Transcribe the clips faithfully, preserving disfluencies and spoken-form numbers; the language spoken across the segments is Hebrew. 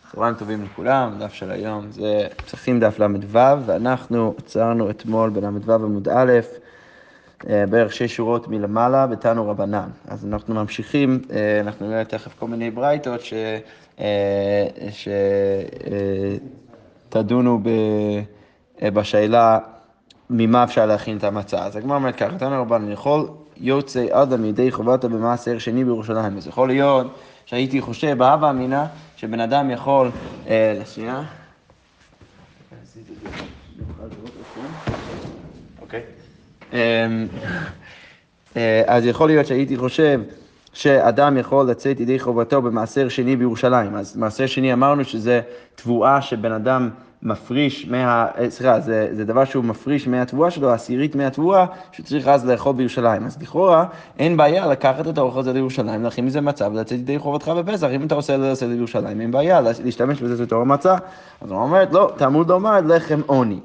צהריים טובים לכולם, דף של היום זה פסחים דף למדוו, ואנחנו עצרנו אתמול בלמדוו עמוד א', בערך שש שורות מלמעלה בתנו רבנן. אז אנחנו ממשיכים, אנחנו נראה תכף כל מיני ברייתות ש... שתדונו בשאלה ממה אפשר להכין את המצה. אז הגמרא אומרת ככה, תנו רבנן, יכול יוצא אדם ידי חובתו במעשר שני בירושלים. אז יכול להיות שהייתי חושב בהווה אמינה שבן אדם יכול, לשנייה, אוקיי. אז יכול להיות שהייתי חושב שאדם יכול לצאת ידי חובתו במעשר שני בירושלים. אז מעשר שני אמרנו שזה תבואה שבן אדם מפריש מה... סליחה, זה, זה דבר שהוא מפריש מהתבואה שלו, עשירית מהתבואה, שצריך אז לאכול בירושלים. אז לכאורה, אין בעיה לקחת את האוכל הזה לירושלים, להכין מזה מצה ולצאת ידי חובתך בפסח. אם אתה עושה לצאת לירושלים, אין בעיה להשתמש בזה בתור מצה. אז הוא אומרת, לא, תלמוד לומר לחם עוני.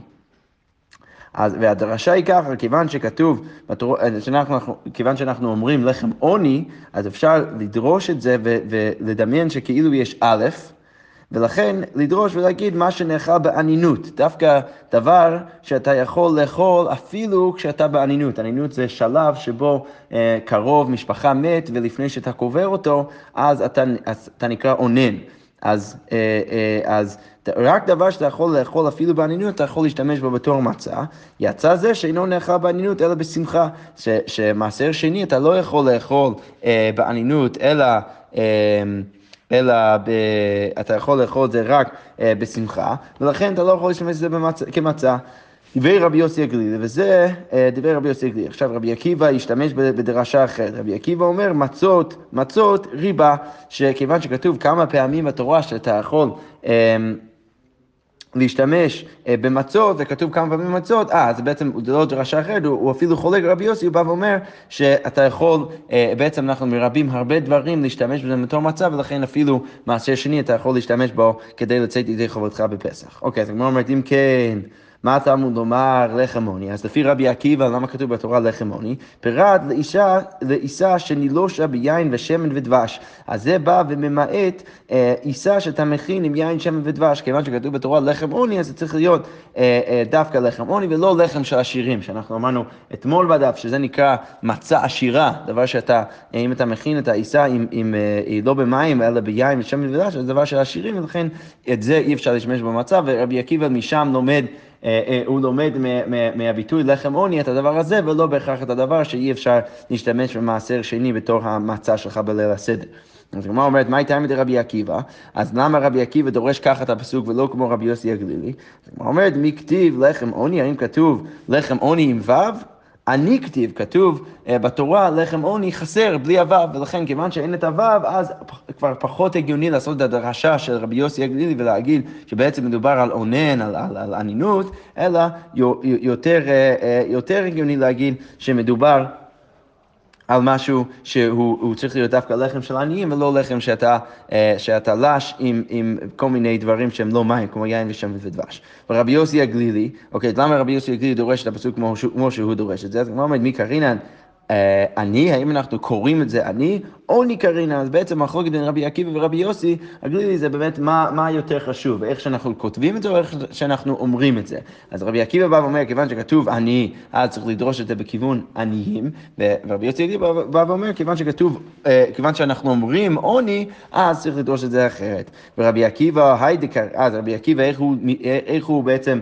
אז, והדרשה היא ככה, כיוון שכתוב, שאנחנו, כיוון שאנחנו אומרים לחם עוני, אז אפשר לדרוש את זה ו, ולדמיין שכאילו יש א', ולכן לדרוש ולהגיד מה שנאכל בענינות, דווקא דבר שאתה יכול לאכול אפילו כשאתה בענינות. ענינות זה שלב שבו אה, קרוב משפחה מת, ולפני שאתה קובר אותו, אז אתה, אז אתה נקרא עונן. אז, אה, אה, אז רק דבר שאתה יכול לאכול אפילו בענינות, אתה יכול להשתמש בו בתור מצה. יצא זה שאינו נאכל בענינות אלא בשמחה, ש, שמעשר שני אתה לא יכול לאכול אה, בענינות אלא... אה, אלא ב... אתה יכול לאכול את זה רק אה, בשמחה, ולכן אתה לא יכול להשתמש בזה במצ... כמצה. דברי רבי יוסי הגלילי, וזה אה, דברי רבי יוסי הגלילי. עכשיו רבי עקיבא ישתמש בדרשה אחרת. רבי עקיבא אומר מצות, מצות ריבה, שכיוון שכתוב כמה פעמים בתורה שאתה יכול... אה, להשתמש במצות, וכתוב כמה פעמים מצות, אה, אז בעצם זה לא דרשה אחרת, הוא, הוא אפילו חולק רבי יוסי, הוא בא ואומר שאתה יכול, בעצם אנחנו מרבים הרבה דברים להשתמש בזה בתור מצה, ולכן אפילו מעשר שני אתה יכול להשתמש בו כדי לצאת ידי חובתך בפסח. אוקיי, אז הגמרא אומרת, אם כן, מה אתה אמור לומר לחם עוני? אז לפי רבי עקיבא, למה כתוב בתורה לחם עוני? פירט לאישה, לאישה שנילושה ביין ושמן ודבש. אז זה בא וממעט אה, אישה שאתה מכין עם יין, שמן ודבש. כיוון שכתוב בתורה לחם עוני, אז זה צריך להיות אה, אה, דווקא לחם עוני, ולא לחם של עשירים, שאנחנו אמרנו אתמול בדף, שזה נקרא מצה עשירה, דבר שאתה, אם אתה מכין את האישה עם, עם, אה, לא במים, אלא ביין ושמן ודבש, זה דבר של עשירים, ולכן את זה אי אפשר לשמש במצה, ורבי עקיבא משם לומד, הוא לומד מהביטוי לחם עוני את הדבר הזה, ולא בהכרח את הדבר שאי אפשר להשתמש במעשר שני בתור המצה שלך בליל הסדר. אז הגמרא אומרת, מה הייתה מדי רבי עקיבא? אז למה רבי עקיבא דורש ככה את הפסוק ולא כמו רבי יוסי הגלילי? אז הגמרא אומרת, מי כתיב לחם עוני? האם כתוב לחם עוני עם וו? אני כתיב, כתוב בתורה לחם עוני חסר בלי הוו, ולכן כיוון שאין את הוו, אז כבר פחות הגיוני לעשות את הדרשה של רבי יוסי הגלילי ולהגיד שבעצם מדובר על עונן, על, על, על ענינות, אלא יותר, יותר הגיוני להגיד שמדובר על משהו שהוא צריך להיות דווקא לחם של עניים, ולא לחם שאתה, שאתה לש עם, עם כל מיני דברים שהם לא מים, כמו יין ושמן ודבש. ורבי יוסי הגלילי, אוקיי, למה רבי יוסי הגלילי דורש את הפסוק כמו, כמו שהוא דורש את זה? אז כמו אומרת, מי קרינן? אני, האם אנחנו קוראים את זה אני, או אני קרינה? אז בעצם מחלוקת בין רבי עקיבא ורבי יוסי הגלילי זה באמת מה, מה יותר חשוב, איך שאנחנו כותבים את זה או איך שאנחנו אומרים את זה. אז רבי עקיבא בא ואומר, כיוון שכתוב אני, אז צריך לדרוש את זה בכיוון עניים, ורבי יוסי הגלילי בא ואומר, כיוון שכתוב, כיוון שאנחנו אומרים עוני, אז צריך לדרוש את זה אחרת. ורבי עקיבא, היידקר, אז רבי עקיבא, איך הוא, איך הוא בעצם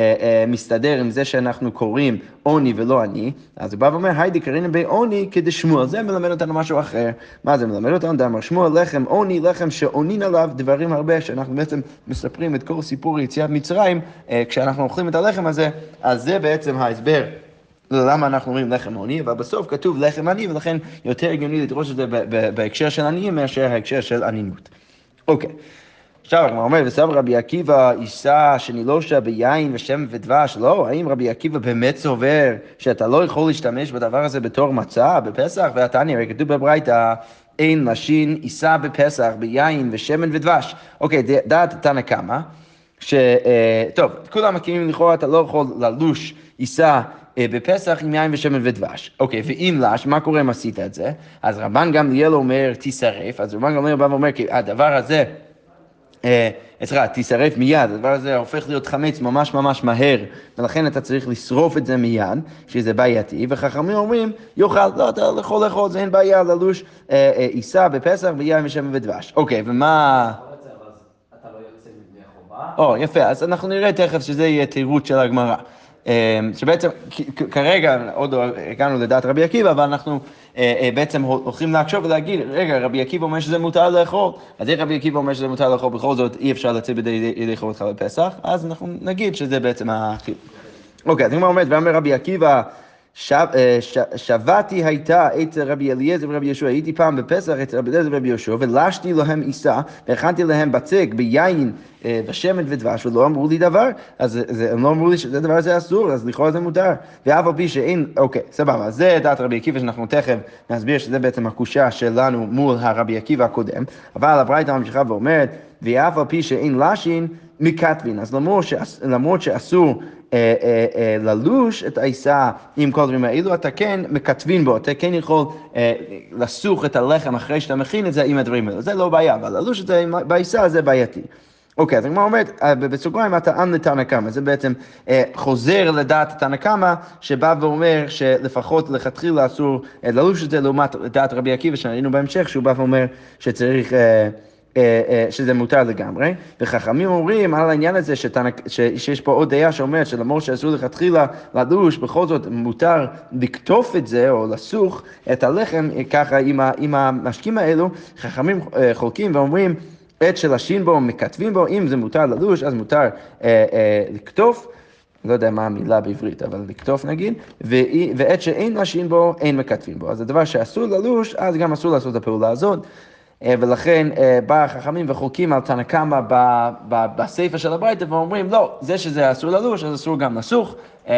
מסתדר עם זה שאנחנו קוראים עוני ולא אני, אז הוא בא ואומר, היידי קרינה בעוני כדשמואל, זה מלמד אותנו משהו אחר. מה זה מלמד אותנו? דאמר שמואל לחם עוני, לחם שעונין עליו דברים הרבה, שאנחנו בעצם מספרים את כל סיפור יציאת מצרים, כשאנחנו אוכלים את הלחם הזה, אז זה בעצם ההסבר. למה אנחנו אומרים לחם עוני, אבל בסוף כתוב לחם עני, ולכן יותר הגיוני לדרוש את זה בהקשר של עניים מאשר ההקשר של ענינות. אוקיי. עכשיו, כמו אומר, וסב רבי עקיבא, אישה שנילושה ביין ושמן ודבש, לא, האם רבי עקיבא באמת סובר שאתה לא יכול להשתמש בדבר הזה בתור מצה בפסח? ואתה נראה, כתוב בברייתא, אין לשין אישה בפסח ביין ושמן ודבש. אוקיי, דעת תנא קמא, ש... טוב, כולם מכירים לכאורה, אתה לא יכול ללוש אישה בפסח עם יין ושמן ודבש. אוקיי, ואם לש, מה קורה אם עשית את זה? אז רבן גמליאל אומר, תישרף, אז רבן גמליאל בא ואומר, כי הדבר הזה, סליחה, תישרף מיד, הדבר הזה הופך להיות חמץ ממש ממש מהר, ולכן אתה צריך לשרוף את זה מיד, שזה בעייתי, וחכמים אומרים, יאכל, לא, אתה יכול לאכול, זה אין בעיה, ללוש עיסה בפסח ויין ושמן ודבש. אוקיי, ומה... אתה לא יוצא מבני חובה? או, יפה, אז אנחנו נראה תכף שזה יהיה תירוץ של הגמרא. שבעצם כרגע עוד לא הגענו לדעת רבי עקיבא, אבל אנחנו בעצם הולכים להקשוב ולהגיד, רגע, רבי עקיבא אומר שזה מותר לאכול, אז איך רבי עקיבא אומר שזה מותר לאכול, בכל זאת אי אפשר לצאת בידי חובתך בפסח, אז אנחנו נגיד שזה בעצם החיוב. אוקיי, אז כמו אומרת, ואומר רבי עקיבא, שבתי הייתה אצל רבי אליעזר ורבי יהושע, הייתי פעם בפסח אצל רבי אליעזר ורבי יהושע, ולשתי להם עיסה, והכנתי להם בצק ביין ושמן ודבש, ולא אמרו לי דבר, אז הם לא אמרו לי שזה דבר הזה אסור, אז לכאורה זה מותר, ואף על פי שאין, אוקיי, סבבה, זה דעת רבי עקיבא שאנחנו תכף נסביר שזה בעצם הקושיה שלנו מול הרבי עקיבא הקודם, אבל הברייתא ממשיכה ואומרת, ואף על פי שאין לשין, מקטבין, אז למרות שאסור אה, אה, אה, ללוש את העיסה עם כל דברים האלו, אתה כן מקטבין בו, אתה כן יכול אה, לסוך את הלחם אחרי שאתה מכין את זה עם הדברים האלו, זה לא בעיה, אבל ללוש את זה בעיסה זה בעייתי. אוקיי, אז כמו אומרת, בסוגריים הטעם לתנא קמא, זה בעצם אה, חוזר לדעת תנא קמא, שבא ואומר שלפחות לכתחילה אסור אה, ללוש את זה לעומת דעת רבי עקיבא, שראינו בהמשך, שהוא בא ואומר שצריך... אה, שזה מותר לגמרי, וחכמים אומרים על העניין הזה שיש פה עוד דעה שאומרת שלמרות שאסור לכתחילה לדוש, בכל זאת מותר לקטוף את זה או לסוך את הלחם ככה עם המשקים האלו, חכמים חולקים ואומרים עת שלשין בו, מקטבים בו, אם זה מותר לדוש אז מותר לקטוף, לא יודע מה המילה בעברית, אבל לקטוף נגיד, ועת שאין לשין בו, אין מקטבים בו. אז הדבר שאסור ללוש, אז גם אסור לעשות את הפעולה הזאת, ולכן בא החכמים וחוקים על תנא קמא בספר של הברייתא ואומרים לא, זה שזה אסור ללוש אז אסור גם לסוך,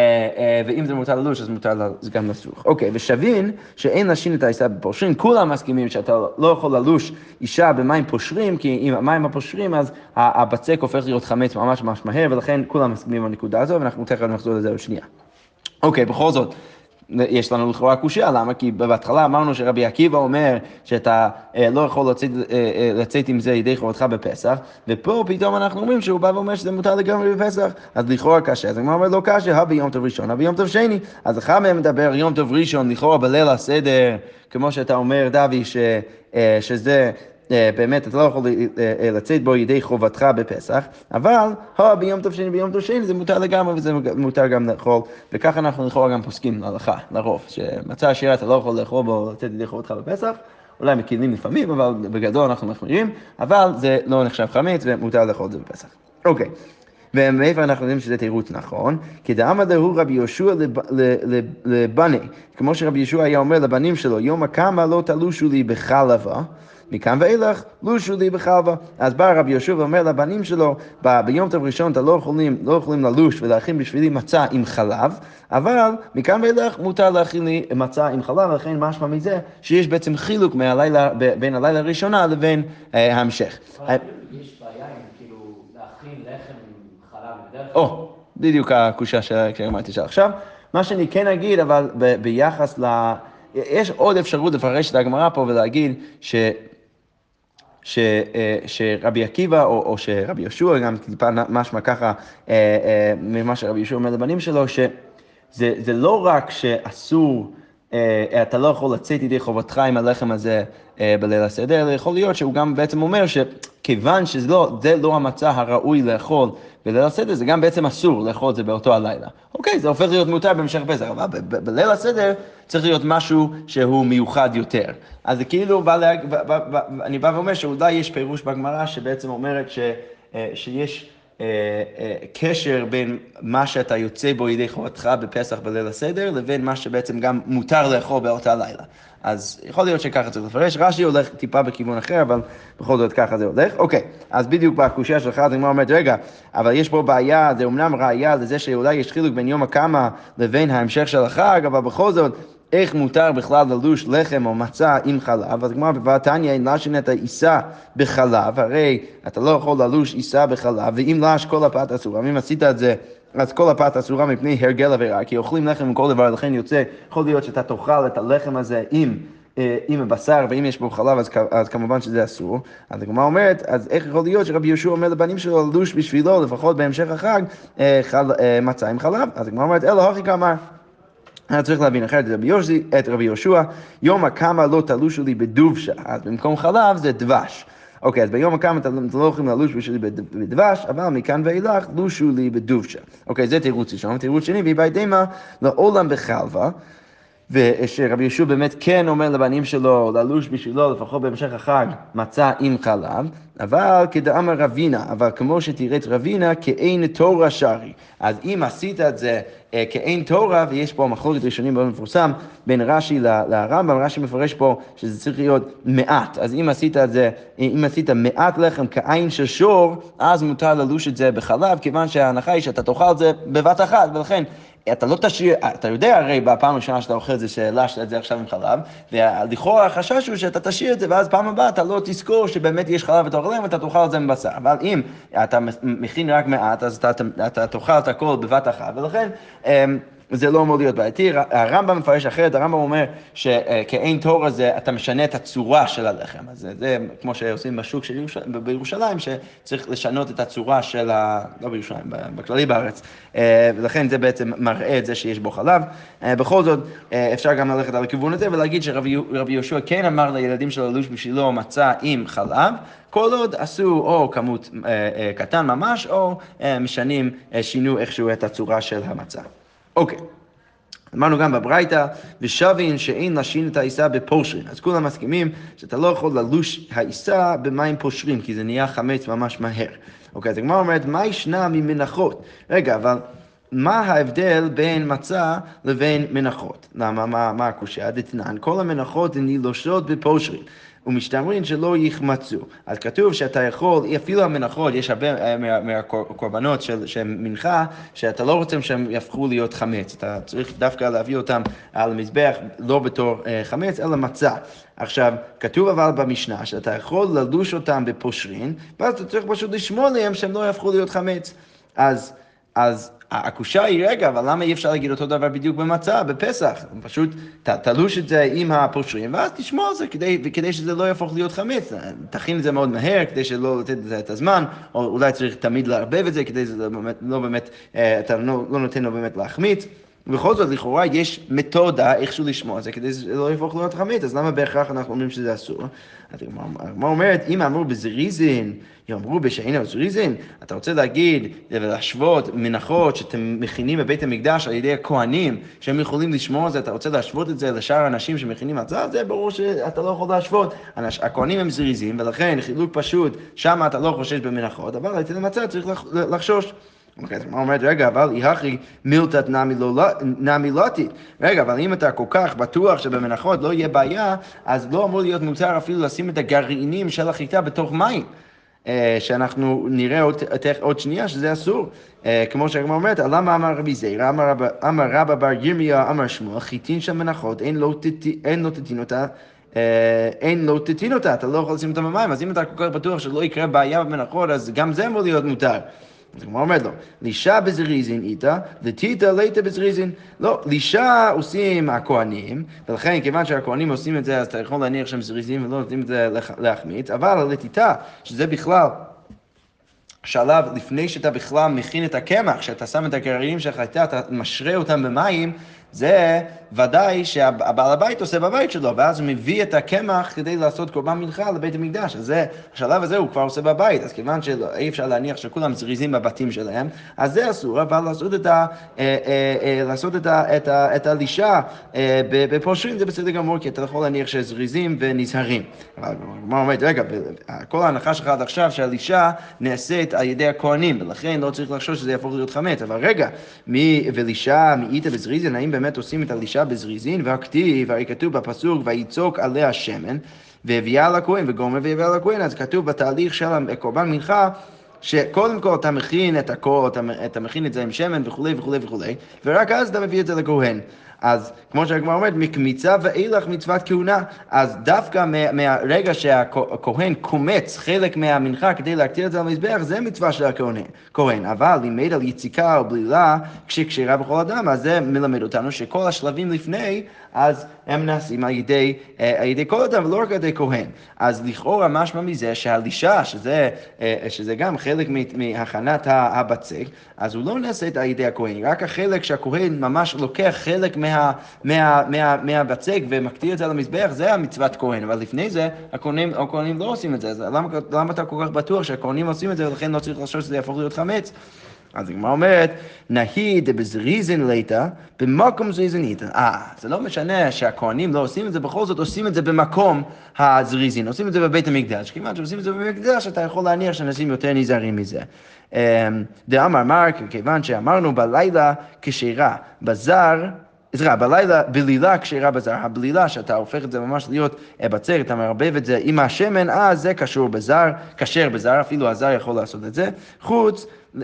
ואם זה מותר ללוש אז מותר גם לסוך. אוקיי, ושבין שאין לשין את העיסה בפושרין, כולם מסכימים שאתה לא יכול ללוש אישה במים פושרים, כי אם המים הפושרים אז הבצק הופך להיות חמץ ממש ממש מהר, ולכן כולם מסכימים בנקודה הזו, ואנחנו תכף נחזור לזה עוד שנייה. אוקיי, בכל זאת, יש לנו לכאורה קושיה, למה? כי בהתחלה אמרנו שרבי עקיבא אומר שאתה לא יכול לצאת, לצאת עם זה ידי חובתך בפסח, ופה פתאום אנחנו אומרים שהוא בא ואומר שזה מותר לגמרי בפסח, אז לכאורה קשה, אז הוא אומר לא קשה, הא ביום טוב ראשון, הא ביום טוב שני, אז אחד מהם מדבר יום טוב ראשון, לכאורה בליל הסדר, כמו שאתה אומר דווי, ש, שזה... באמת אתה לא יכול לצאת בו ידי חובתך בפסח, אבל הו, ביום טוב שני, ביום טוב שני זה מותר לגמרי וזה מותר גם לאכול, וככה אנחנו לכאורה גם פוסקים להלכה, לרוב, שמצא עשירה אתה לא יכול לאכול בו לצאת ידי חובתך בפסח, אולי מקילים לפעמים, אבל בגדול אנחנו מחמירים, אבל זה לא נחשב חמץ ומותר לאכול את זה בפסח. אוקיי. ומאיפה אנחנו יודעים שזה תירוץ נכון, כי דאמר דהו רבי יהושע לבני, כמו שרבי יהושע היה אומר לבנים שלו, יום הקמא לא תלושו לי בחלבה, מכאן ואילך, לושו לי בחלבה. אז בא רבי יהושע ואומר לבנים שלו, ב- ביום טוב ראשון אתה לא יכולים, לא יכולים ללוש ולהכין בשבילי מצה עם חלב, אבל מכאן ואילך מותר להכין לי מצה עם חלב, ולכן משמע מזה שיש בעצם חילוק מהלילה, בין הלילה הראשונה לבין אה, ההמשך. אבל יש בעיה עם כאילו להכין לחם עם חלב בדרך כלל. או, בדיוק הקושה שאמרתי שעכשיו. מה שאני כן אגיד, אבל ב- ביחס ל... יש עוד אפשרות לפרש את הגמרא פה ולהגיד ש... ש, שרבי עקיבא או, או שרבי יהושע, גם טיפה משמע ככה ממה שרבי יהושע אומר לבנים שלו, שזה זה לא רק שאסור, אתה לא יכול לצאת ידי חובתך עם הלחם הזה בליל הסדר, אלא יכול להיות שהוא גם בעצם אומר שכיוון שזה לא, זה לא המצע הראוי לאכול בליל הסדר, זה גם בעצם אסור לאכול את זה באותו הלילה. אוקיי, זה הופך להיות מותר במשך פסח, אבל בליל הסדר צריך להיות משהו שהוא מיוחד יותר. אז זה כאילו, בא לה, אני בא ואומר שאולי יש פירוש בגמרא שבעצם אומרת ש, שיש קשר בין מה שאתה יוצא בו ידי חובתך בפסח בליל הסדר, לבין מה שבעצם גם מותר לאכול באותה לילה. אז יכול להיות שככה צריך לפרש, רש"י הולך טיפה בכיוון אחר, אבל בכל זאת ככה זה הולך. אוקיי, אז בדיוק בקושיה שלך, אז אני אומרת, רגע, אבל יש פה בעיה, זה אומנם ראיה לזה שאולי יש חילוק בין יום הקמא לבין ההמשך של החג, אבל בכל זאת, איך מותר בכלל ללוש לחם או מצה עם חלב? אז כמו בבא תניא, אין לשין את העיסה בחלב, הרי אתה לא יכול ללוש עיסה בחלב, ואם לש כל הפת אסורה, אם עשית את זה, אז כל הפת אסורה מפני הרגל עבירה, כי אוכלים לחם עם כל דבר, לכן יוצא, יכול להיות שאתה תאכל את הלחם הזה עם, עם הבשר, ואם יש בו חלב, אז, אז כמובן שזה אסור. אז הגמרא אומרת, אז איך יכול להיות שרבי יהושע אומר לבנים שלו ללוש בשבילו, לפחות בהמשך החג, חל, מצה עם חלב? אז הגמרא אומרת, אלא הכי כאמר. אני צריך להבין אחרת את רבי יושי, את רבי יהושע, יום הקמה לא תלושו לי בדובשה, אז במקום חלב זה דבש. אוקיי, אז ביום הקמה אתם לא יכולים ללוש בשבילי בדבש, אבל מכאן ואילך לושו לי בדובשה. אוקיי, זה תירוץ ראשון. תירוץ שני, והיא בהתאמה לעולם בחלבה, ושרבי יהושע באמת כן אומר לבנים שלו ללוש בשבילו, לפחות בהמשך החג, מצה עם חלב, אבל כדאמר רבינה, אבל כמו שתראית רבינה, כאין תורה שרי. אז אם עשית את זה אה, כאין תורה, ויש פה מחלוקת ראשונים מאוד מפורסם, בין רש"י לרמב"ם, רש"י מפרש פה שזה צריך להיות מעט. אז אם עשית את זה, אם עשית מעט לחם כעין של שור, אז מותר ללוש את זה בחלב, כיוון שההנחה היא שאתה תאכל את זה בבת אחת, ולכן אתה לא תשאיר, אתה יודע הרי בפעם הראשונה שאתה אוכל את זה, שלשת את זה עכשיו עם חלב, ולכאורה החשש הוא שאתה תשאיר את זה, ואז פעם הבאה אתה לא תזכור שבאמת יש חלב ואתה אוכל להם, ואתה תאכל את זה עם בשר. אבל אם אתה מכין רק מעט, אז אתה, אתה תאכל את הכל בבת אחת, ולכן זה לא אמור להיות בעייתי. הרמב"ם מפרש אחרת, הרמב"ם אומר שכאין תור הזה אתה משנה את הצורה של הלחם. אז זה, זה כמו שעושים בשוק של ירושלים, בירושלים, שצריך לשנות את הצורה של ה... לא בירושלים, בכללי בארץ. ולכן זה בעצם מראה את זה שיש בו חלב. בכל זאת, אפשר גם ללכת על הכיוון הזה ולהגיד שרבי יהושע כן אמר לילדים שלו ללוש בשבילו מצה עם חלב, כל עוד עשו או כמות קטן ממש, או משנים, שינו איכשהו את הצורה של המצה. אוקיי, אמרנו גם בברייתא, ושווין שאין לשין את העיסה בפושרין. אז כולם מסכימים שאתה לא יכול ללוש העיסה במים פושרים, כי זה נהיה חמץ ממש מהר. אוקיי, אז הגמרא אומרת, מה ישנה ממנחות? רגע, אבל מה ההבדל בין מצה לבין מנחות? למה, מה, מה הקושיה? דתנן, כל המנחות הן נילושות בפושרין. ומשתמרים שלא יחמצו. אז כתוב שאתה יכול, אפילו המנחות, יש הרבה מהקורבנות של, של מנחה, שאתה לא רוצה שהם יהפכו להיות חמץ. אתה צריך דווקא להביא אותם על המזבח, לא בתור חמץ, אלא מצה. עכשיו, כתוב אבל במשנה, שאתה יכול ללוש אותם בפושרין, ואז אתה צריך פשוט לשמור להם שהם לא יהפכו להיות חמץ. אז, אז, הקושה היא רגע, אבל למה אי אפשר להגיד אותו דבר בדיוק במצה, בפסח? פשוט ת, תלוש את זה עם הפושרים, ואז תשמור את זה כדי, כדי שזה לא יהפוך להיות חמץ. תכין את זה מאוד מהר, כדי שלא לתת את זה את הזמן, או אולי צריך תמיד לערבב את זה, כדי שזה באמת, לא באמת, אתה לא, לא נותן לו באמת להחמיץ. ובכל זאת, לכאורה, יש מתודה איכשהו לשמור את זה, כדי שזה לא יהפוך להיות חמץ, אז למה בהכרח אנחנו אומרים שזה אסור? מה אומרת, אם אמרו בזריזין, יאמרו בשעין הזריזין, אתה רוצה להגיד ולהשוות מנחות שאתם מכינים בבית המקדש על ידי הכהנים, שהם יכולים לשמור את זה, אתה רוצה להשוות את זה לשאר האנשים שמכינים מצה, זה ברור שאתה לא יכול להשוות. הכהנים הם זריזים, ולכן חילוק פשוט, שם אתה לא חושש במנחות, אבל על ידי מצה צריך לחשוש. אוקיי, אז מה אומרת, רגע, אבל יחי מילתת נמי לוטית. רגע, אבל אם אתה כל כך בטוח שבמנחות לא יהיה בעיה, אז לא אמור להיות מותר אפילו לשים את הגרעינים של החיטה בתוך מים. שאנחנו נראה עוד, עוד שנייה שזה אסור. כמו שהגמרא אומרת, למה אמר רבי זירא, אמר, אמר רבא בר ירמיה, אמר שמואל, חיטין של מנחות, אין לו, אין לו תתין אותה, אין לו תתין אותה, אתה לא יכול לשים אותה במים, אז אם אתה כל כך בטוח שלא יקרה בעיה במנחות, אז גם זה אמור להיות מותר. אז כמו אומרת לו, לישה בזריזין איתה, ותיתה ליתה בזריזין. לא, לישה עושים הכהנים, ולכן כיוון שהכהנים עושים את זה, אז אתה יכול להניח שהם זריזים ולא נותנים את זה להחמיץ, אבל לתיתה, שזה בכלל שלב לפני שאתה בכלל מכין את הקמח, שאתה שם את הגרעינים שלך, אתה משרה אותם במים, זה ודאי שהבעל הבית עושה בבית שלו, ואז הוא מביא את הקמח כדי לעשות קורבן מנחה לבית המקדש. אז זה, השלב הזה הוא כבר עושה בבית, אז כיוון שאי אפשר להניח שכולם זריזים בבתים שלהם, אז זה אסור, אבל לעשות את ה, לעשות את ה, את ה, את הלישה בפושרים זה בסדר גמור, כי אתה יכול להניח שזריזים ונזהרים. אבל מה אומרת, רגע, כל ההנחה שלך עד עכשיו שהלישה נעשית על ידי הכהנים, ולכן לא צריך לחשוב שזה יהפוך להיות חמץ, אבל רגע, מי ולישה, מאיתה וזריזין, האם באמת עושים את הלישה בזריזין, והכתיב, הרי כתוב בפסוק, ויצוק עליה שמן, והביאה לכהן, וגומר והביאה לכהן, אז כתוב בתהליך של הקורבן מנחה, שקודם כל אתה מכין את הכל, אתה, אתה מכין את זה עם שמן וכו' וכו' וכו', ורק אז אתה מביא את זה לכהן. אז כמו שהגמרא אומרת, מקמיצה ואילך מצוות כהונה, אז דווקא מה, מהרגע שהכהן קומץ חלק מהמנחה כדי להקטיר את זה על המזבח, זה מצווה של הכהן, אבל לימד על יציקה או בלילה כשקשירה בכל אדם, אז זה מלמד אותנו שכל השלבים לפני, אז הם נעשים על ידי, על ידי כל אדם ולא רק על ידי כהן. אז לכאורה משמע מזה שהלישה, שזה, שזה גם חלק מהכנת הבצק, אז הוא לא נעשית על ידי הכהן, רק החלק שהכהן ממש לוקח חלק מה, מה, מה, מהבצק ומקטיר את זה על המזבח, זה המצוות כהן, אבל לפני זה הכהנים, הכהנים לא עושים את זה, אז למה, למה אתה כל כך בטוח שהכהנים עושים את זה ולכן לא צריך לחשוב שזה יהפוך להיות חמץ? אז הגמרא אומרת, נהי דבזריזן ליתא, במקום זריזן איתא. אה, זה לא משנה שהכהנים לא עושים את זה, בכל זאת עושים את זה במקום הזריזין, עושים את זה בבית המקדש. כיוון שעושים את זה בבית המקדש, אתה יכול להניח שאנשים יותר נזהרים מזה. דאמר מרק, כיוון שאמרנו בלילה כשרה בזר, סליחה, בלילה, בלילה כשרה בזר, הבלילה שאתה הופך את זה ממש להיות בצק, אתה מרבב את זה עם השמן, אז זה קשור בזר, כשר בזר, אפילו הזר יכול לעשות את זה, חוץ,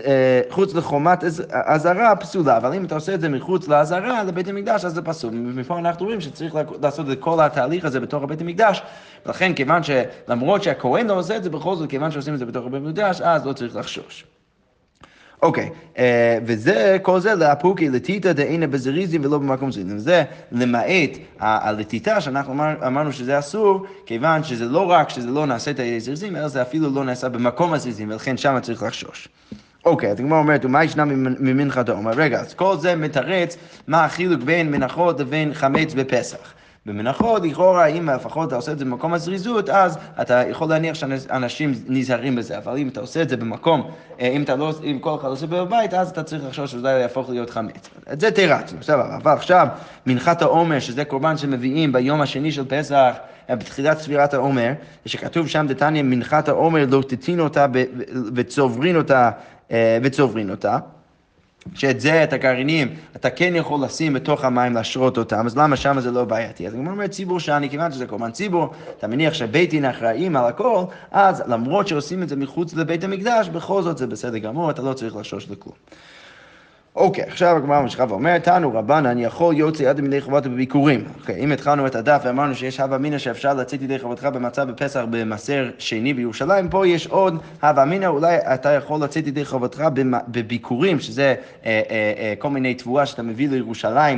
חוץ לחומת הזרה פסולה, אבל אם אתה עושה את זה מחוץ להזרה, לבית המקדש, אז זה פסול. מפה אנחנו רואים שצריך לעשות את כל התהליך הזה בתוך הבית המקדש, ולכן כיוון שלמרות שהכהן לא עושה את זה, בכל זאת כיוון שעושים את זה בתוך הבית המקדש, אז לא צריך לחשוש. אוקיי, וזה, כל זה לאפוקי לטיטה דאינה בזריזים ולא במקום זריזים. זה למעט הלטיטה שאנחנו אמרנו שזה אסור, כיוון שזה לא רק שזה לא נעשה את הזריזים, אלא זה אפילו לא נעשה במקום הזריזים, ולכן שם צריך לחשוש. אוקיי, אז הגמרא אומרת, ומה ישנה ממנחת העומר? רגע, אז כל זה מתרץ מה החילוק בין מנחות לבין חמץ בפסח. במנחות, לכאורה, אם לפחות אתה עושה את זה במקום הזריזות, אז אתה יכול להניח שאנשים נזהרים בזה, אבל אם אתה עושה את זה במקום, אם, אתה לא, אם כל אחד עושה בבית, אז אתה צריך לחשוב שזה יהפוך להיות חמץ. את זה תרצנו, בסדר, אבל עכשיו, מנחת העומר, שזה קורבן שמביאים ביום השני של פסח, בתחילת ספירת העומר, שכתוב שם דתניא מנחת העומר לא תטעין אותה וצוברין אותה, וצוברין אותה. שאת זה, את הגרעינים, אתה כן יכול לשים בתוך המים להשרות אותם, אז למה שם זה לא בעייתי? אז אני אומר, ציבור שאני, כיוון שזה קורבן ציבור, אתה מניח שבית דין אחראים על הכל, אז למרות שעושים את זה מחוץ לבית המקדש, בכל זאת זה בסדר גמור, אתה לא צריך לחשוש לכלום. אוקיי, עכשיו הגמרא ממשיכה ואומרת, תנו רבנן יכול יוצא יד ידי חובתו בביקורים. אוקיי, אם התחלנו את הדף ואמרנו שיש הווה אמינא שאפשר לצאת ידי חובתך במצה בפסח במסר שני בירושלים, פה יש עוד הווה אמינא, אולי אתה יכול לצאת ידי חובתך בביקורים, שזה אה, אה, אה, כל מיני תבואה שאתה מביא לירושלים,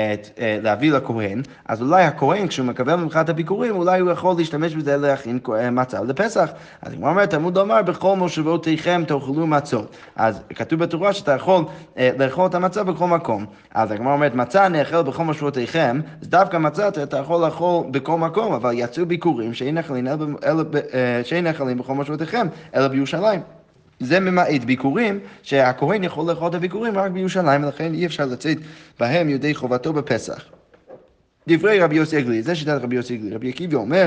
להביא לכהן, אז אולי הכהן, כשהוא מקבל ממך את הביקורים, אולי הוא יכול להשתמש בזה להכין מצה לפסח. אז כמו אומר, תלמוד לומר, בכל מושבותיכם תאכלו מצות. אז כתוב בתורה שאתה יכול לאכול את המצה בכל מקום. אז הגמרא אומרת, מצה נאכל בכל מושבותיכם, אז דווקא מצה אתה יכול לאכול בכל מקום, אבל יצאו ביקורים שאין נאכלים בכל מושבותיכם, אלא בירושלים. זה ממעט ביקורים, שהכהן יכול לאכול את הביקורים רק בירושלים, ולכן אי אפשר לצאת בהם ידי חובתו בפסח. דברי רבי יוסי הגלילי, זה שיטת רבי יוסי הגלילי. רבי עקיבא אומר,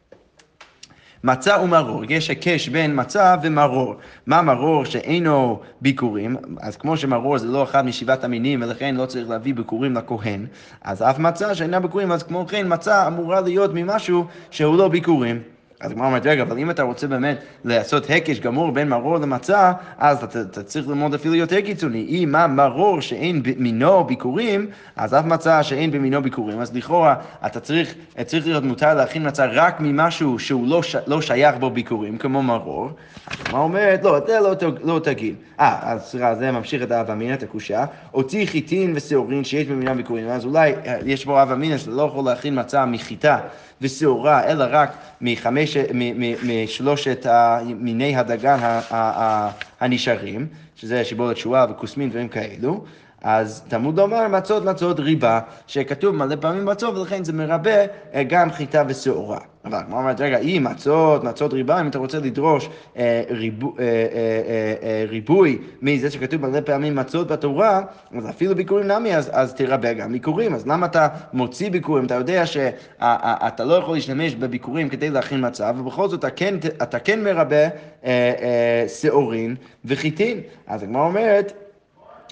מצה ומרור, יש הקש בין מצה ומרור. מה מרור שאינו ביקורים? אז כמו שמרור זה לא אחד משבעת המינים, ולכן לא צריך להביא ביקורים לכהן, אז אף מצה שאינה ביקורים, אז כמו כן מצה אמורה להיות ממשהו שהוא לא ביקורים. אז כמו אומרת, רגע, אבל אם אתה רוצה באמת לעשות הקש גמור בין מרור למצה, אז אתה, אתה צריך ללמוד אפילו יותר קיצוני. אם מה מרור שאין מינו ביקורים, אז אף מצה שאין במינו ביקורים. אז לכאורה, אתה צריך, צריך להיות מותר להכין מצה רק ממשהו שהוא לא, ש, לא שייך בו ביקורים, כמו מרור. אז כמו אומרת, לא, זה לא, לא תגיד. אה, אז סליחה, זה ממשיך את האב אמינא, את הקושיה. הוציא חיטין ושעורין שיש במינם ביקורים. אז אולי יש בו אב אמינא שאתה לא יכול להכין מצה מחיטה ושעורה, אלא רק מחמש, משלושת מיני הדגן הנשארים, שזה שיבולת שועל וכוסמין דברים כאלו. אז תלמוד לומר מצות מצות ריבה, שכתוב מלא פעמים מצות, ולכן זה מרבה גם חיטה ושעורה. אבל כמו אומרת, רגע, אם מצות, מצות ריבה, אם אתה רוצה לדרוש אה, ריבו, אה, אה, אה, ריבוי מזה שכתוב מלא פעמים מצות בתורה, אז אפילו ביקורים נמי, אז, אז תרבה גם ביקורים. אז למה אתה מוציא ביקורים? אתה יודע שאתה לא יכול להשתמש בביקורים כדי להכין מצה, ובכל זאת אתה כן, אתה כן מרבה אה, אה, שעורין וחיטין. אז כמו אומרת,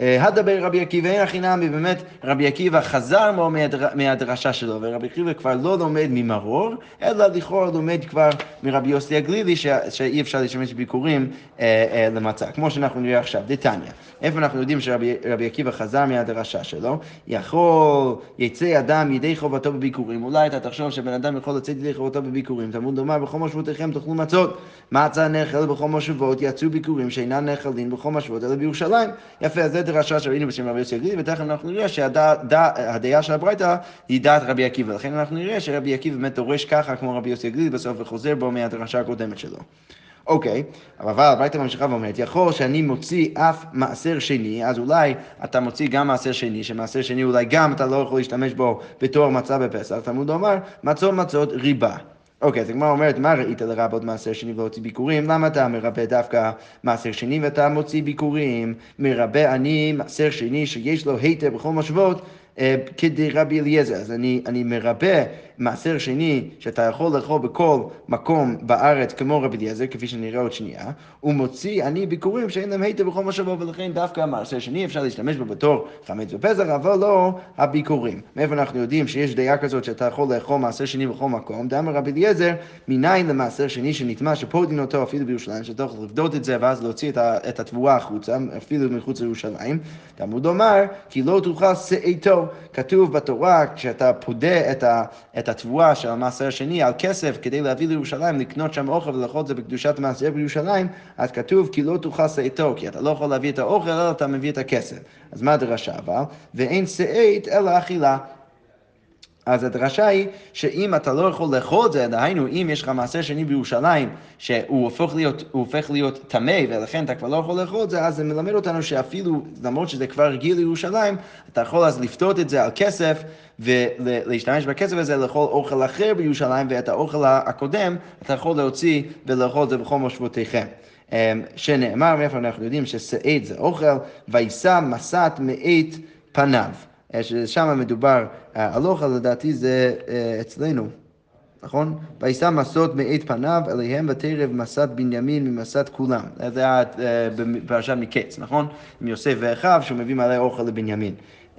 הדבר רבי עקיבא אין הכי נמי, באמת רבי עקיבא חזר מאוד מהדרשה שלו, ורבי עקיבא כבר לא לומד ממרור, אלא לכאורה לומד כבר מרבי יוסי הגלילי, שאי אפשר להשתמש בביקורים למצה, כמו שאנחנו נראה עכשיו, דתניא. איפה אנחנו יודעים שרבי עקיבא חזר מהדרשה שלו? יכול יצא אדם ידי חובתו בביקורים, אולי אתה תחשוב שבן אדם יכול לצאת ידי חובתו בביקורים, תלמוד לומר בכל מושבותיכם תאכלו מצות, מצה נאכל בכל מושבות, יצאו ביקורים שאינם נאכלים בכל מושבות, אלא בירושלים. יפה, אז זה דרשה שראינו בשם רבי יוסי הגלילי, ותכף אנחנו נראה שהדעה של הברייתא היא דעת רבי עקיבא, לכן אנחנו נראה שרבי עקיבא באמת דורש ככה כמו רבי יוסי הגלילי בסוף וחוזר בו מהדרשה הקודמת שלו. אוקיי, אבל הברייתא ממשיכה ואומרת, יכול שאני מוציא אף מעשר שני, אז אולי אתה מוציא גם מעשר שני, שמעשר שני אולי גם אתה לא יכול להשתמש בו בתור מצה בפסח, תלמוד לומר, מצות מצות ריבה. אוקיי, אז הגמרא אומרת, מה ראית לרבות מעשר שני ולהוציא ביקורים? למה אתה מרבה דווקא מעשר שני ואתה מוציא ביקורים? מרבה אני מעשר שני שיש לו היתר בכל מושבות, כדי רבי אליעזר. אז אני, אני מרבה מעשר שני שאתה יכול לאכול בכל מקום בארץ כמו רבי אליעזר, כפי שנראה עוד שנייה, ומוציא אני ביקורים שאין להם היתר בכל מושבות, ולכן דווקא מעשר שני אפשר להשתמש בו בתור חמץ בפסח, אבל לא הביקורים. מאיפה אנחנו יודעים שיש דעה כזאת שאתה יכול לאכול מעשר שני בכל מקום? דאמר רבי אליעזר, מניין למעשר שני שנטמע שפודין אותו אפילו בירושלים, שאתה יכול לבדות את זה ואז להוציא את התבואה החוצה, אפילו מחוץ לירושלים. תלמוד לומר, כי לא תאכל שאיתו. כתוב בתורה, כשאתה פודה את, ה, את התבואה של המעשר השני על כסף כדי להביא לירושלים, לקנות שם אוכל ולאכול את זה בקדושת המעשר בירושלים, אז כתוב כי לא תאכל שאיתו, כי אתה לא יכול להביא את האוכל, אלא אתה מביא את הכסף. אז מה הדרשה אבל? ואין שאית אלא אכילה. אז הדרשה היא שאם אתה לא יכול לאכול את זה, דהיינו אם יש לך מעשר שני בירושלים שהוא הופך להיות, הוא הופך להיות טמא ולכן אתה כבר לא יכול לאכול את זה, אז זה מלמד אותנו שאפילו למרות שזה כבר הגיע לירושלים, אתה יכול אז לפתות את זה על כסף ולהשתמש בכסף הזה לאכול אוכל אחר בירושלים, ואת האוכל הקודם אתה יכול להוציא ולאכול את זה בכל מושבותיכם. שנאמר, מאיפה אנחנו יודעים ששאית זה אוכל, וישא מסת מאית פניו. ששם מדובר על אוכל, לדעתי זה אצלנו, נכון? וישא מסות מאית פניו אליהם ותרב מסת בנימין ממסת כולם. זה היה בפרשת מקץ, נכון? עם יוסף ואחיו שהוא מביא מלא אוכל לבנימין.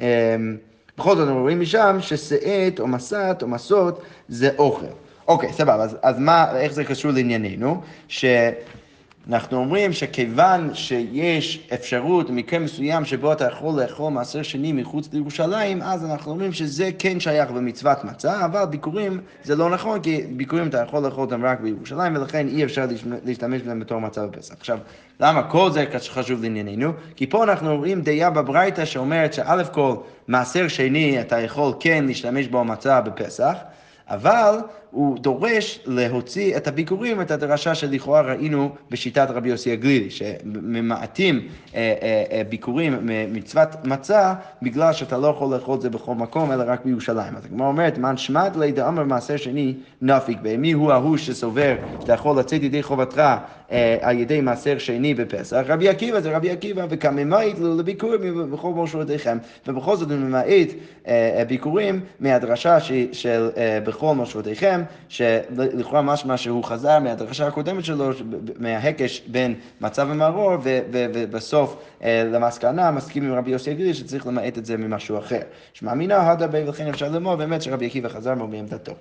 בכל זאת אנחנו רואים משם ששאית או מסת או מסות זה אוכל. אוקיי, סבבה, אז, אז מה, איך זה קשור לענייננו? ש... אנחנו אומרים שכיוון שיש אפשרות במקרה מסוים שבו אתה יכול לאכול מעשר שני מחוץ לירושלים, אז אנחנו אומרים שזה כן שייך במצוות מצה, אבל ביקורים זה לא נכון, כי ביקורים אתה יכול לאכול אותם רק בירושלים, ולכן אי אפשר להשתמש בהם בתור מצה בפסח. עכשיו, למה כל זה חשוב לענייננו? כי פה אנחנו רואים דעה בברייתא שאומרת שא' כל מעשר שני אתה יכול כן להשתמש בו מצה בפסח, אבל הוא דורש להוציא את הביקורים, את הדרשה שלכאורה ראינו בשיטת רבי יוסי הגלילי, שממעטים אה, אה, ביקורים ממצוות מצה, בגלל שאתה לא יכול לאכול את זה בכל מקום, אלא רק בירושלים. אז כמו אומרת, מן שמעת לי דאמר מעשר שני נפיק, במי הוא ההוא שסובר שאתה יכול לצאת ידי חובתך אה, על ידי מעשר שני בפסח? רבי עקיבא זה רבי עקיבא, וכממעט לו לביקורים בכל מושבותיכם, ובכל זאת הוא ממעט אה, ביקורים מהדרשה ש, של אה, בכל מושבותיכם, שלכאורה משמע שהוא חזר מהדרשה הקודמת שלו, מההקש בין מצה ומרור, ובסוף למסקנה מסכים עם רבי יוסי הגלילי שצריך למעט את זה ממשהו אחר. שמאמינה הדרבה, ולכן אפשר ללמוד באמת שרבי עקיבא חזר בו מעמדתו.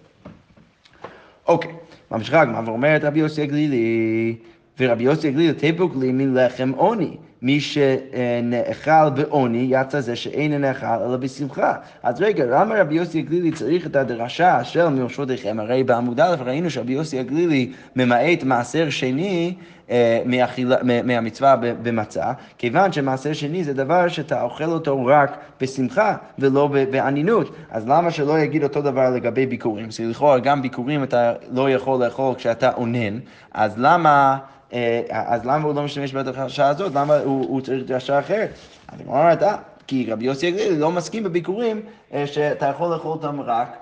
אוקיי, ממשיכה הגמרא ואומרת רבי יוסי הגלילי, ורבי יוסי הגלילי תיפוק לי מלחם עוני. מי שנאכל בעוני יצא זה שאין נאכל אלא בשמחה. אז רגע, למה רבי יוסי הגלילי צריך את הדרשה של מושבותיכם? הרי בעמוד א' ראינו שרבי יוסי הגלילי ממעט מעשר שני מהמצווה במצה, כיוון שמעשר שני זה דבר שאתה אוכל אותו רק בשמחה ולא בענינות. אז למה שלא יגיד אותו דבר לגבי ביקורים? לכאורה גם ביקורים אתה לא יכול לאכול כשאתה עונן, אז למה... אז למה הוא לא משתמש בדרשה הזאת? למה הוא, הוא צריך דרשה אחרת? אז אני אומרת, אה, כי רבי יוסי הגלילי לא מסכים בביקורים שאתה יכול לאכול אותם רק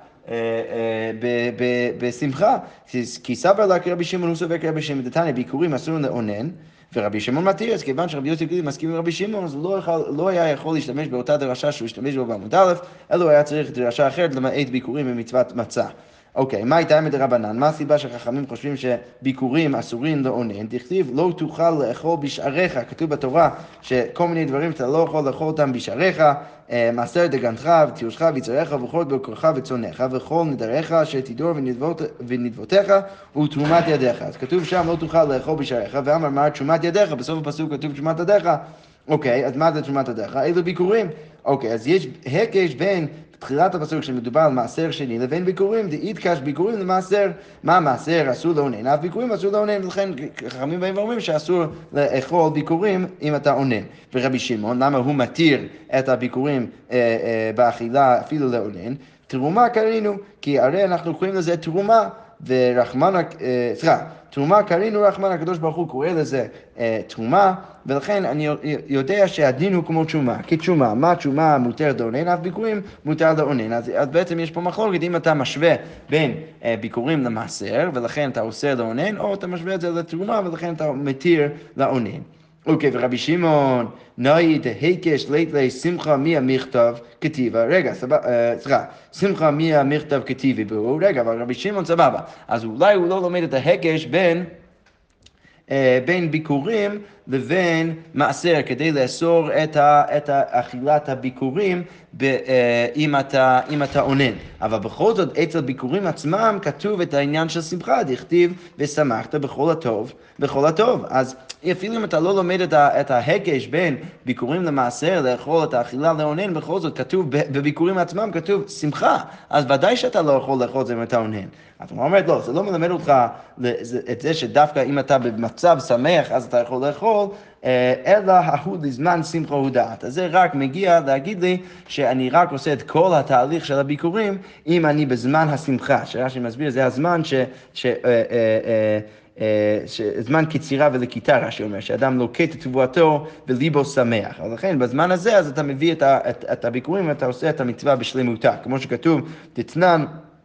בשמחה. כי סבר לה כרבי שמעון, הוא סובר כרבי שמעון, דתניא ביקורים אסור לעונן, ורבי שמעון מתיר, אז כיוון שרבי יוסי הגלילי מסכים עם רבי שמעון, אז הוא לא, יכול, לא היה יכול להשתמש באותה דרשה שהוא השתמש בו בעמוד א', אלא הוא היה צריך דרשה אחרת למעט ביקורים במצוות מצה. אוקיי, מה הייתה מדרבנן? מה הסיבה שחכמים חושבים שביקורים אסורים לאונן? דכתיב לא תוכל לאכול בשעריך, כתוב בתורה שכל מיני דברים אתה לא יכול לאכול אותם בשעריך, מעשר דגנתך ותירושך ויצריך וכל בקורך וצונך וכל נדריך אשר תדור ונדבותיך ותרומת ידיך. אז כתוב שם לא תוכל לאכול בשעריך, ואמר מה תרומת ידיך, בסוף הפסוק כתוב תרומת ידיך. אוקיי, אז מה זה תרומת ידיך? אלו ביקורים. אוקיי, אז יש הקש בין תחילת הפסוק שמדובר על מעשר שני לבין ביקורים, דאיתקש ביקורים למעשר. מה מעשר אסור לאונן? אף ביקורים אסור לאונן, ולכן חכמים באים ואומרים שאסור לאכול ביקורים אם אתה אונן. ורבי שמעון, למה הוא מתיר את הביקורים אה, אה, באכילה אפילו לאונן? תרומה קרינו, כי הרי אנחנו קוראים לזה תרומה, ורחמנה, אה, סליחה, תרומה קרינו רחמנה, הקדוש ברוך הוא קורא לזה אה, תרומה, ולכן אני יודע שהדין הוא כמו תשומה. כתשומה, מה תשומה מותר לאונן, אף ביקורים מותר לאונן. אז, אז בעצם יש פה מחלוקת, אם אתה משווה בין אה, ביקורים למעשר, ולכן אתה עושה לאונן, או אתה משווה את זה לתרומה, ולכן אתה מתיר לאונן. אוקיי, ורבי שמעון, נאי דהיקש לית לי שמחה מי המכתב כתיבה. רגע, סליחה, שמחה מי המכתב כתיבי בו. רגע, אבל רבי שמעון סבבה. אז אולי הוא לא לומד את ההיקש בין... בין ביקורים לבין מעשר, כדי לאסור את, ה, את אכילת הביקורים ב, אם, אתה, אם אתה אונן. אבל בכל זאת, אצל ביקורים עצמם כתוב את העניין של שמחה, דכתיב ושמחת בכל הטוב, בכל הטוב. אז אפילו אם אתה לא לומד את, ה, את ההקש בין ביקורים למעשר, לאכול את האכילה לאונן, בכל זאת כתוב, בביקורים עצמם כתוב שמחה. אז ודאי שאתה לא יכול לאכול את זה אם אתה אונן. אז הוא אומרת, לא, זה לא מלמד אותך את זה שדווקא אם אתה במצב שמח, אז אתה יכול לאכול, אלא ההוא לזמן שמחה הודעת. אז זה רק מגיע להגיד לי שאני רק עושה את כל התהליך של הביקורים, אם אני בזמן השמחה. שרש"י מסביר, זה הזמן ש... ש זמן קצירה ולקיטה, רש"י אומר, שאדם לוקט את תבואתו וליבו שמח. אז לכן, בזמן הזה, אז אתה מביא את, את, את הביקורים ואתה עושה את המצווה בשלמותה. כמו שכתוב, תתנן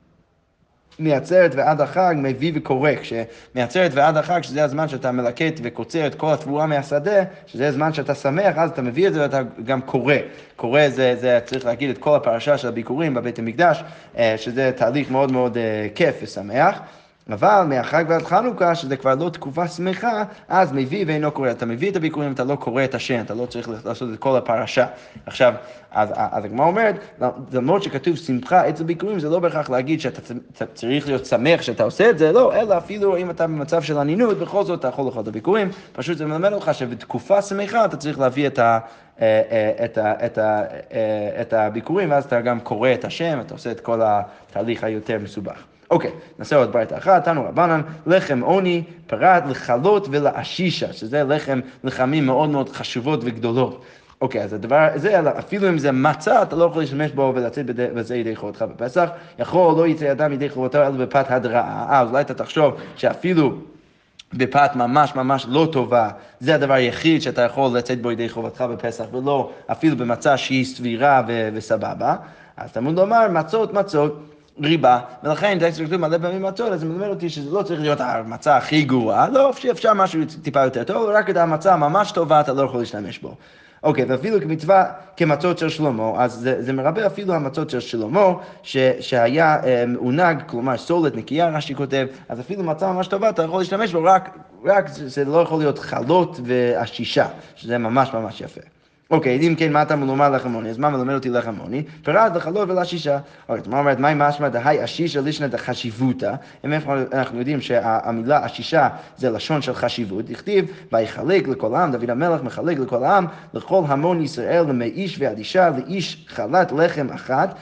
מעצרת ועד החג מביא וקורא. כשמעצרת ועד החג, שזה הזמן שאתה מלקט וקוצר את כל התבואה מהשדה, שזה הזמן שאתה שמח, אז אתה מביא את זה ואתה גם קורא. קורא זה, זה צריך להגיד את כל הפרשה של הביקורים בבית המקדש, שזה תהליך מאוד מאוד כיף ושמח. אבל מהחג ועד חנוכה, שזה כבר לא תקופה שמחה, אז מביא ואינו קורא. אתה מביא את הביקורים, אתה לא קורא את השם, אתה לא צריך לעשות את כל הפרשה. עכשיו, אז, אז הגמרא אומרת, למרות שכתוב שמחה אצל ביקורים, זה לא בהכרח להגיד שאתה צריך להיות שמח שאתה עושה את זה, לא, אלא אפילו אם אתה במצב של ענינות, בכל זאת אתה יכול לאכול את הביקורים, פשוט זה מלמד אותך שבתקופה שמחה אתה צריך להביא את ה... את, ה, את, ה, את הביקורים, ואז אתה גם קורא את השם, אתה עושה את כל התהליך היותר מסובך. אוקיי, נעשה עוד ברייתא אחת, תנו רבנן, לחם עוני פרט לחלות ולאשישה, שזה לחם, לחמים מאוד מאוד חשובות וגדולות. אוקיי, אז הדבר הזה, אפילו אם זה מצה, אתה לא יכול להשתמש בו ולצאת בזה ידי חובתך בפסח, יכול לא יצא אדם ידי חובתו אלא בפת הדרעה. אה, אז אולי אתה תחשוב שאפילו בפת ממש ממש לא טובה, זה הדבר היחיד שאתה יכול לצאת בו ידי חובתך בפסח, ולא אפילו במצה שהיא סבירה ו- וסבבה. אז תמוד לומר, מצות, מצות, ריבה, ולכן טקסט כתוב מלא פעמים מצות, אז זה מלמד אותי שזה לא צריך להיות המצה הכי גרועה, לא, שאפשר משהו טיפה יותר טוב, רק את המצה ממש טובה אתה לא יכול להשתמש בו. אוקיי, ואפילו כמצווה כמצות של שלמה, אז זה, זה מרבה אפילו המצות של שלמה, ש, שהיה מעונג, כלומר סולת נקייה, רש"י כותב, אז אפילו מצה ממש טובה אתה יכול להשתמש בו, רק, רק זה לא יכול להיות חלות והשישה, שזה ממש ממש יפה. אוקיי, אם כן, מה אתה מלומד לחם עוני? אז מה מלמד אותי לחם עוני? פרט לחלות ולשישה. אוקיי, מה אומרת, מה משמע דהי השישה לישנא דחשיבותא? אנחנו יודעים שהמילה השישה זה לשון של חשיבות. דכתיב, ויחלק לכל העם, דוד המלך מחלק לכל העם, לכל המון ישראל, למאיש ועד אישה, לאיש חלת לחם אחת,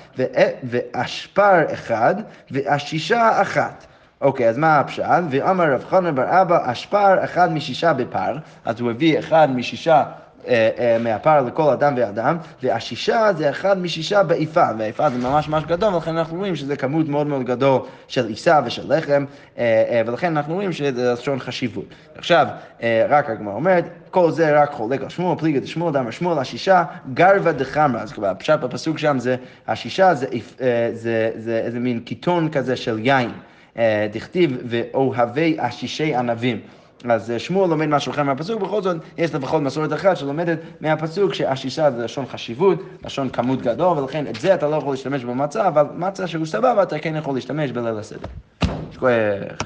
ואשפר אחד, והשישה אחת. אוקיי, אז מה הפשט? ואמר רב חנן בר אבא, אשפר אחד משישה בפר, אז הוא הביא אחד משישה מהפר לכל אדם ואדם, והשישה זה אחד משישה באיפה, והאיפה זה ממש ממש גדול, ולכן אנחנו רואים שזה כמות מאוד מאוד גדול של עיסה ושל לחם, ולכן אנחנו רואים שזה לשון חשיבות. עכשיו, רק הגמרא אומרת, כל זה רק חולק על שמואל, פליגי דשמואל, דאמר שמואל, השישה גרבא דחמרא, אז כבר הפשט בפסוק שם זה, השישה זה, זה, זה איזה מין קיתון כזה של יין, דכתיב ואוהבי השישי ענבים. אז אה, שמואל לומד משהו אחר מהפסוק, בכל זאת יש לפחות מסורת אחת שלומדת מהפסוק שעשישה זה לשון חשיבות, לשון כמות גדול, ולכן את זה אתה לא יכול להשתמש במצה, אבל מצה שהוא סבבה אתה כן יכול להשתמש בליל הסדר. שכוח.